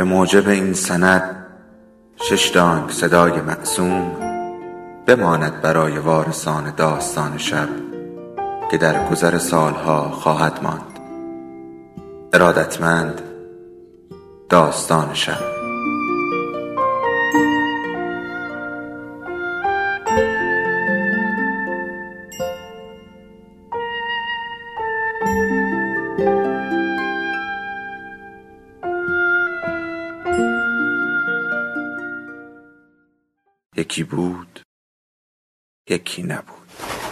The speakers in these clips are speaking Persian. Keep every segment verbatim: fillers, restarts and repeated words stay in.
به موجب این سند شش دانگ صدای معصوم بماند برای وارثان داستان شب که در گذر سالها خواهد ماند. ارادتمند داستان شب. یکی بود، یکی نبود.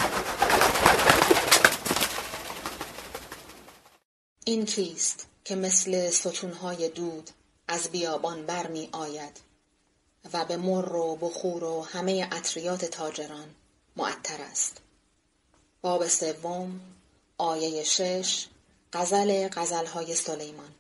این کیست که مثل ستونهای دود از بیابان برمی آید و به مر و بخور و همه عطریات تاجران معطر است؟ باب سوم، آیه شش، غزل غزلهای سلیمان.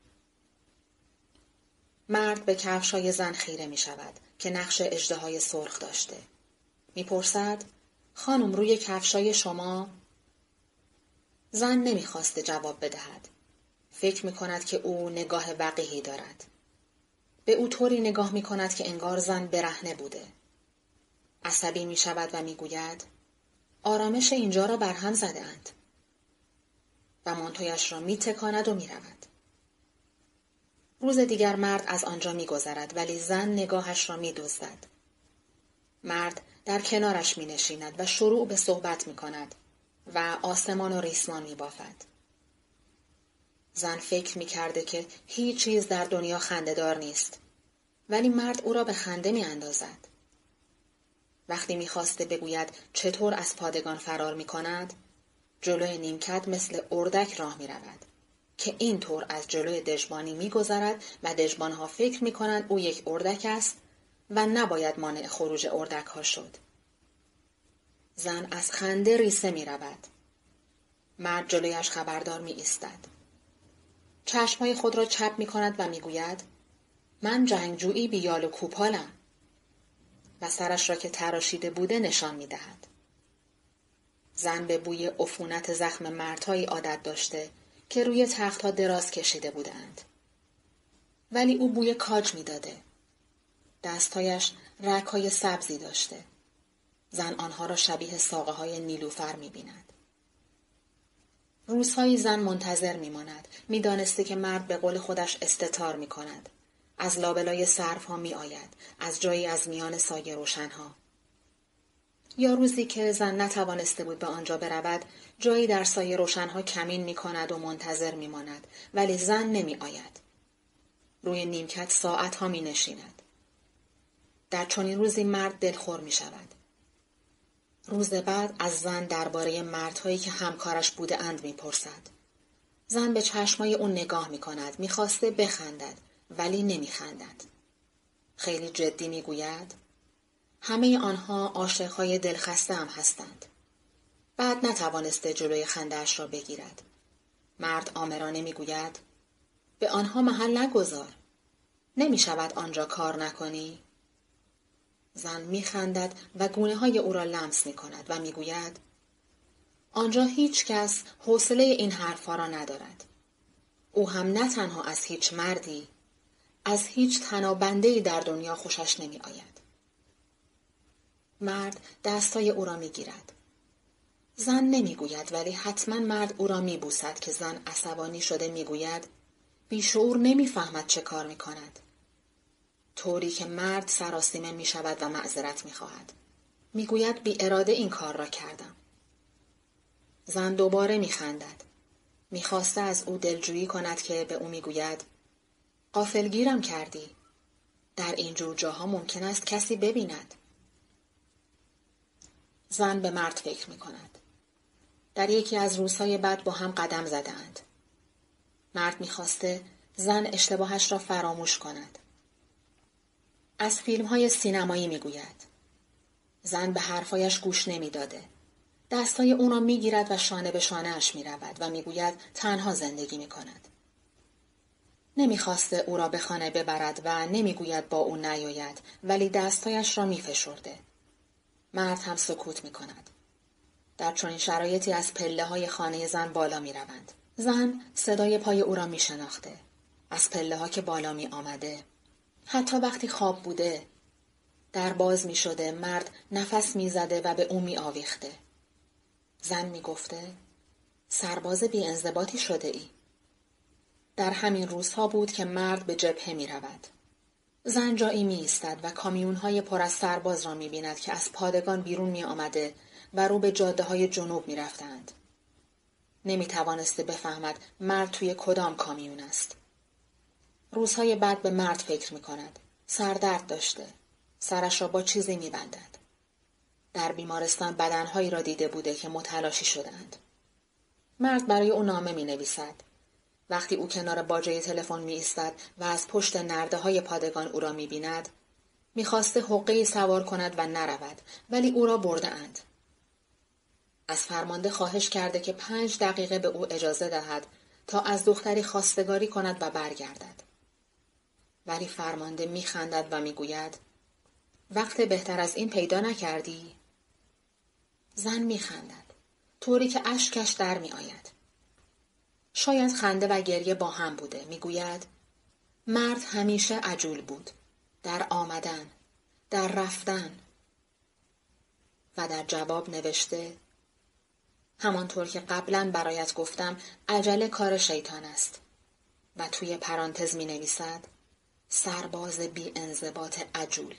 مرد به کفشای زن خیره می شود که نقش اژدهای سرخ داشته. می پرسد خانم روی کفشای شما؟ زن نمی خواسته جواب بدهد. فکر می کند که او نگاه وقیحی دارد. به او طوری نگاه می کند که انگار زن برهنه بوده. عصبی می شود و می گوید آرامش اینجا را برهم زده اند. و مانتویش را می تکاند و می رود. روز دیگر مرد از آنجا می گذرد ولی زن نگاهش را می دزدد. مرد در کنارش می نشیند و شروع به صحبت می کند و آسمان و ریسمان می بافد. زن فکر می کرده که هیچ چیز در دنیا خنده‌دار نیست ولی مرد او را به خنده می اندازد. وقتی می خواسته بگوید چطور از پادگان فرار می کند جلوی نیمکت مثل اردک راه می رود که اینطور از جلوی دژبانی می گذرد و دژبانها فکر می کنند او یک اردک است و نباید مانع خروج اردک ها شد. زن از خنده ریسه می رود. مرد جلویش خبردار می ایستد. چشمهای خود را چپ می کند و می گوید من جنگجویی بیال و کوپالم و سرش را که تراشیده بوده نشان می دهد. زن به بوی عفونت زخم مردهایی عادت داشته که روی تختها دراز کشیده بودند. ولی او بوی کاج می داده. دستهایش رگ‌های سبزی داشته. زن آنها را شبیه ساقه های نیلوفر می بیند. روزهایی زن منتظر می ماند. می دانسته که مرد به قول خودش استتار می کند. از لابلای سرفها می آید. از جایی از میان سایه روشنها. یا روزی که زن نتوانسته بود به آنجا برود جایی در سایه روشنها کمین می کند و منتظر می ماند. ولی زن نمی آید. روی نیمکت ساعتها می نشیند. در چنین روزی مرد دلخور می شود. روز بعد از زن درباره مردهایی که همکارش بوده اند می پرسد. زن به چشمای اون نگاه می کند. می خواسته بخندد ولی نمی خندد. خیلی جدی می گوید همه آنها عاشقهای دلخسته هم هستند. بعد نتوانسته جلوی خنده‌اش را بگیرد. مرد آمرانه می گوید به آنها محل نگذار. نمی شود آنجا کار نکنی؟ زن می خندد و گونه های او را لمس می کند و می گوید آنجا هیچ کس حوصله این حرفها را ندارد. او هم نه تنها از هیچ مردی، از هیچ تنابنده‌ای در دنیا خوشش نمی آید. مرد دستای او را می گیرد. زن نمی گوید ولی حتما مرد او را می بوسد که زن عصبانی شده می گوید بیشعور نمی فهمد چه کار می کند. طوری که مرد سراسیمه می شود و معذرت می خواهد. می گوید بی اراده این کار را کردم. زن دوباره می خندد. می خواسته از او دلجویی کند که به او می گوید غافلگیرم کردی. در این جور جاها ممکن است کسی ببیند. زن به مرد فکر می کند. در یکی از روزهای بعد با هم قدم زدند. مرد می خواسته زن اشتباهش را فراموش کند. از فیلم‌های سینمایی می‌گوید. زن به حرفایش گوش نمی‌داده. دستای اون را می‌گیرد و شانه به شانه‌اش می‌رود و می‌گوید تنها زندگی می‌کند. نمی‌خواسته او را به خانه ببرد و نمی‌گوید با او نیاید ولی دستایش را می‌فشرده. مرد هم سکوت می‌کند. در چنین شرایطی از پله‌های خانه زن بالا می‌روند. زن صدای پای او را می‌شناخته. از پله ها که بالا می آمده، حتی وقتی خواب بوده. در باز می شده، مرد نفس می زده و به او می آویخته. زن می گفته سرباز بی انضباطی شده ای. در همین روزها بود که مرد به جبهه می رود. زن جایی می ایستد و کامیون‌های پر از سرباز را می بیند که از پادگان بیرون می آمده و رو به جاده های جنوب می رفتند. نمی توانسته بفهمد مرد توی کدام کامیون است. روزهای بعد به مرد فکر می کند. سردرد داشته. سرش را با چیزی می بندد. در بیمارستان بدنهایی را دیده بوده که متلاشی شدند. مرد برای او نامه می نویسد. وقتی او کنار باجه تلفن می ایستد و از پشت نرده های پادگان او را می بیند، می خواسته حقه‌ای سوار کند و نرود، ولی او را برده اند. از فرمانده خواهش کرده که پنج دقیقه به او اجازه دهد تا از دختری خواستگاری کند و برگردد. ولی فرمانده می خندد و می گوید وقت بهتر از این پیدا نکردی؟ زن می خندد، طوری که اشکش در می آید. شاید خنده و گریه با هم بوده. می گوید مرد همیشه عجول بود، در آمدن، در رفتن. و در جواب نوشته همانطور که قبلا برایت گفتم عجله کار شیطان است. و توی پرانتز می نویسد سرباز بی انضباط عجول.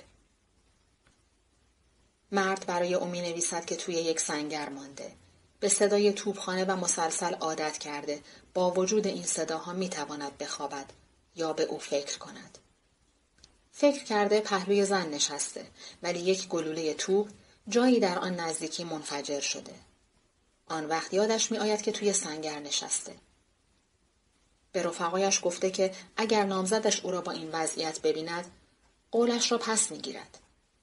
مرد برای او می نویسد که توی یک سنگر مانده. به صدای توپخانه و مسلسل عادت کرده. با وجود این صداها می تواند بخوابد یا به او فکر کند. فکر کرده پهلوی زن نشسته، ولی یک گلوله توپ جایی در آن نزدیکی منفجر شده. آن وقت یادش می آید که توی سنگر نشسته. به رفقایش گفته که اگر نامزدش او را با این وضعیت ببیند، قولش را پس می گیرد.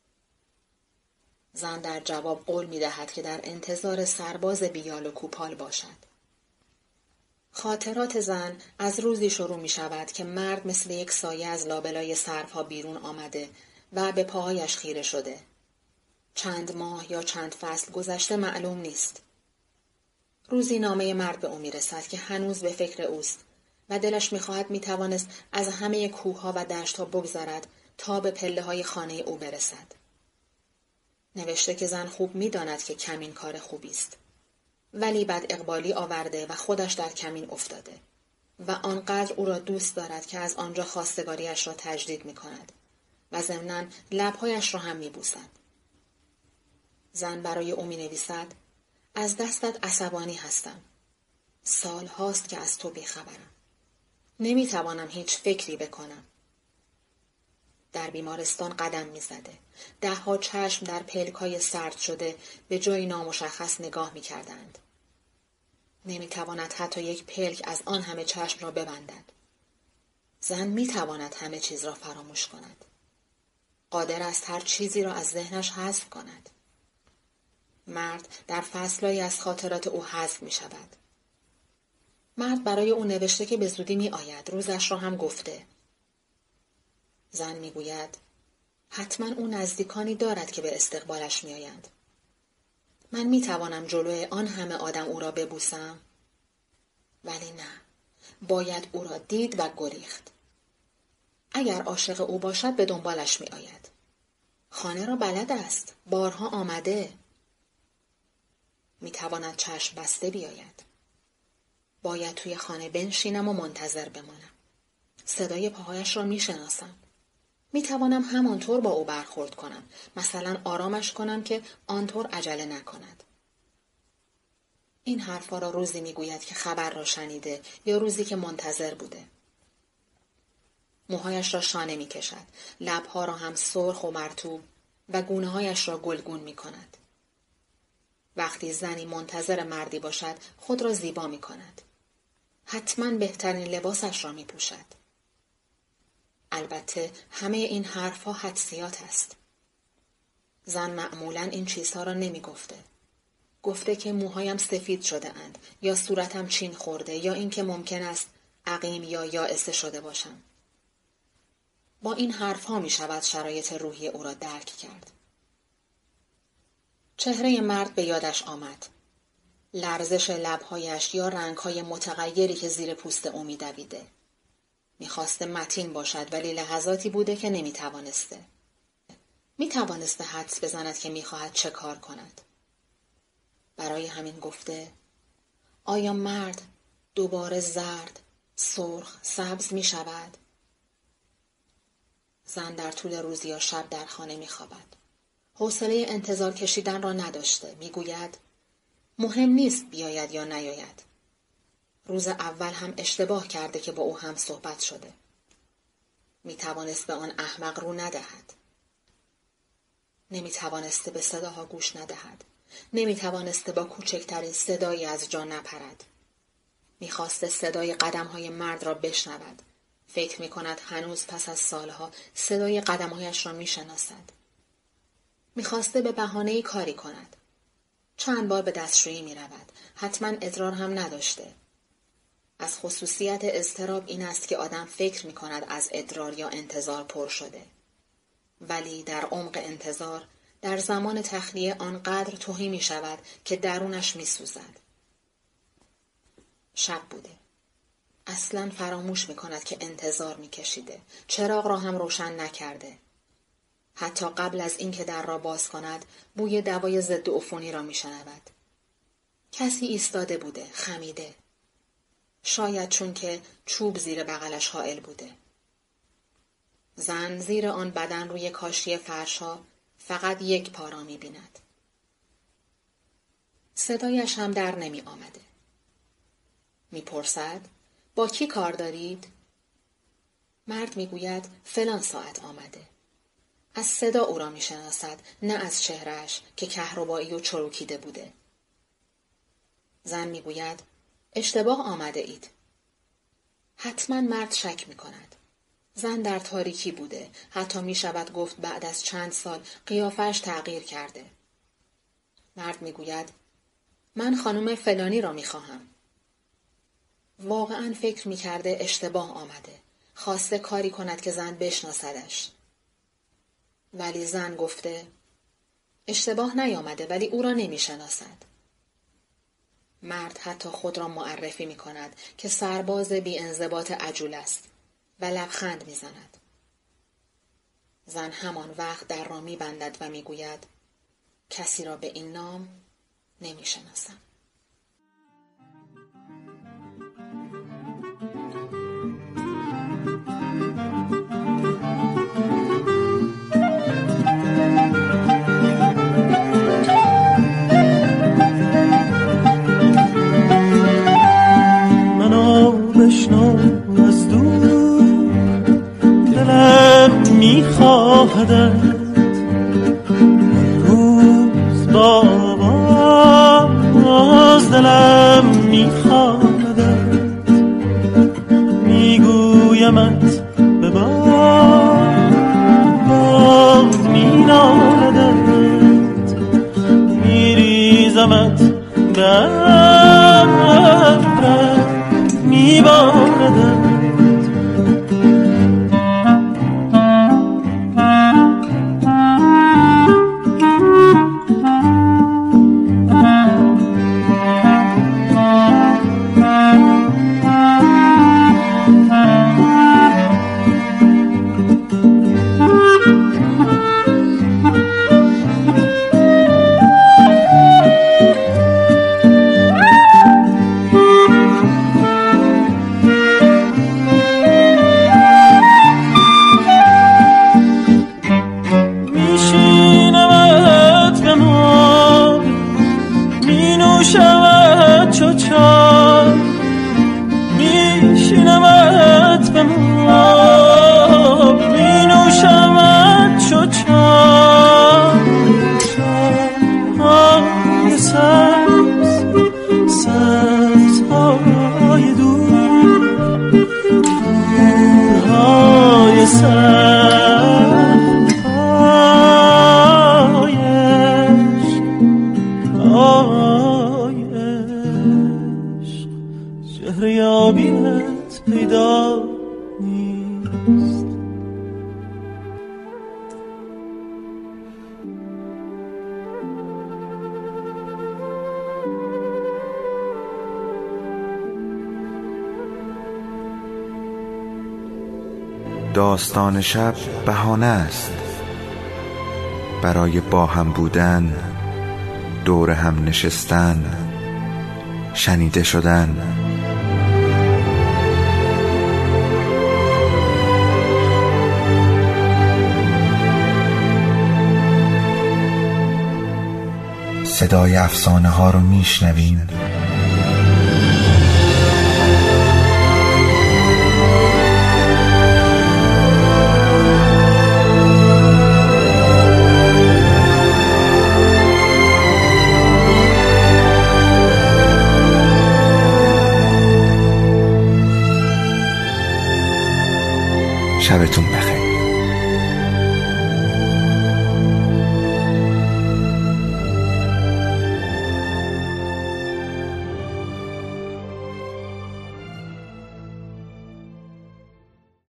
زن در جواب قول می دهد که در انتظار سرباز بیال و کوپال باشد. خاطرات زن از روزی شروع می شود که مرد مثل یک سایه از لابلای سرفها بیرون آمده و به پاهایش خیره شده. چند ماه یا چند فصل گذشته معلوم نیست. روزی نامه مرد به او می رسد که هنوز به فکر اوست و دلش می خواهد می توانست از همه کوهها و دشتها بگذرد تا به پله های خانه او برسد. نوشته که زن خوب می داند که کمین کار خوبی است. ولی بد اقبالی آورده و خودش در کمین افتاده و آنقدر او را دوست دارد که از آنجا خواستگاریش را تجدید می کند و ضمناً لبهایش را هم می بوسد. زن برای او می نویسد از دستت عصبانی هستم. سال هاست که از تو بیخبرم. نمی توانم هیچ فکری بکنم. در بیمارستان قدم می زده. ده ها چشم در پلکای سرد شده به جای نامشخص نگاه می کردند. نمی تواند حتی یک پلک از آن همه چشم را ببندد. زن می تواند همه چیز را فراموش کند. قادر است هر چیزی را از ذهنش حذف کند. مرد در فصلایی از خاطرات او حذف می شود. مرد برای او نوشته که به زودی می آید. روزش را هم گفته. زن می گوید حتما او نزدیکانی دارد که به استقبالش می آیند. من می توانم جلوی آن همه آدم او را ببوسم؟ ولی نه. باید او را دید و گریخت. اگر عاشق او باشد به دنبالش می آید. خانه را بلد است. بارها آمده. می تواند چشم بسته بیاید. باید توی خانه بنشینم و منتظر بمانم. صدای پاهایش را می شناسم. می توانم همانطور با او برخورد کنم. مثلا آرامش کنم که آنطور عجله نکند. این حرفا را روزی می گوید که خبر را شنیده یا روزی که منتظر بوده. موهایش را شانه می کشد. لبها را هم سرخ و مرطوب و گونه هایش را گلگون می کند. وقتی زنی منتظر مردی باشد خود را زیبا می کند. حتما بهترین لباسش را می پوشد. البته همه این حرفها حدسیات است. زن معمولاً این چیزها را نمی گفته. گفته که موهایم سفید شده اند یا صورتم چین خورده یا اینکه ممکن است عقیم یا یائسه شده باشم. با این حرفها می شود شرایط روحی او را درک کرد. چهره مرد به یادش آمد. لرزش لبهایش یا رنگهای متغیری که زیر پوست او می دویده. میخواسته متین باشد ولی لحظاتی بوده که نمیتوانسته. میتوانسته حدس بزند که میخواهد چه کار کند. برای همین گفته آیا مرد دوباره زرد، سرخ، سبز می شود؟ زن در طول روز یا شب در خانه می خوابد. حوصله انتظار کشیدن را نداشته. می گوید مهم نیست بیاید یا نیاید. روز اول هم اشتباه کرده که با او هم صحبت شده. می توانست به آن احمق رو ندهد. نمی توانسته به صداها گوش ندهد. نمی توانسته با کوچکترین صدایی از جا نپرد. می خواسته صدای قدمهای مرد را بشنود. فکر می کند هنوز پس از سالها صدای قدمهایش را می شناسد. می خواسته به بهانه‌ای کاری کند. چند بار به دستشویی می رود. حتما ادرار هم نداشته. از خصوصیت اضطراب این است که آدم فکر می کند از ادرار یا انتظار پر شده. ولی در عمق انتظار، در زمان تخلیه آنقدر تهی می شود که درونش می سوزد. شب بوده. اصلاً فراموش می کند که انتظار می کشیده. چراغ را هم روشن نکرده. حتی قبل از اینکه در را باز کند، بوی دوای ضد عفونی را می شنود. کسی ایستاده بوده، خمیده. شاید چون که چوب زیر بغلش حائل بوده. زن زیر آن بدن روی کاشی فرش‌ها فقط یک پا را می بیند. صدایش هم در نمی آمده. می پرسد با کی کار دارید؟ مرد می گوید فلان ساعت آمده. از صدا او را می شناسد، نه از چهرهش که کهربایی و چروکیده بوده. زن می گوید اشتباه آمده اید. حتما مرد شک می کند. زن در تاریکی بوده. حتی می شود گفت بعد از چند سال قیافش تغییر کرده. مرد می گوید من خانم فلانی را می خواهم. واقعا فکر می کرده اشتباه آمده. خواسته کاری کند که زن بشناسدش. ولی زن گفته اشتباه نیامده ولی او را نمی شناسد. مرد حتی خود را معرفی می کند که سرباز بی انضباط عجول است و لبخند می زند. زن همان وقت در را می بندد و می گوید کسی را به این نام نمی شناسم. بشنو از دور دلم میخواهدت روز باز دلم میخواهدت میگویمت به باد باد مینالدت میریزمت به میباردم شهریابیت پیدا نیست. داستان شب بهانه است برای با هم بودن، دور هم نشستن، شنیده شدن. صدای افسانه ها رو میشنویم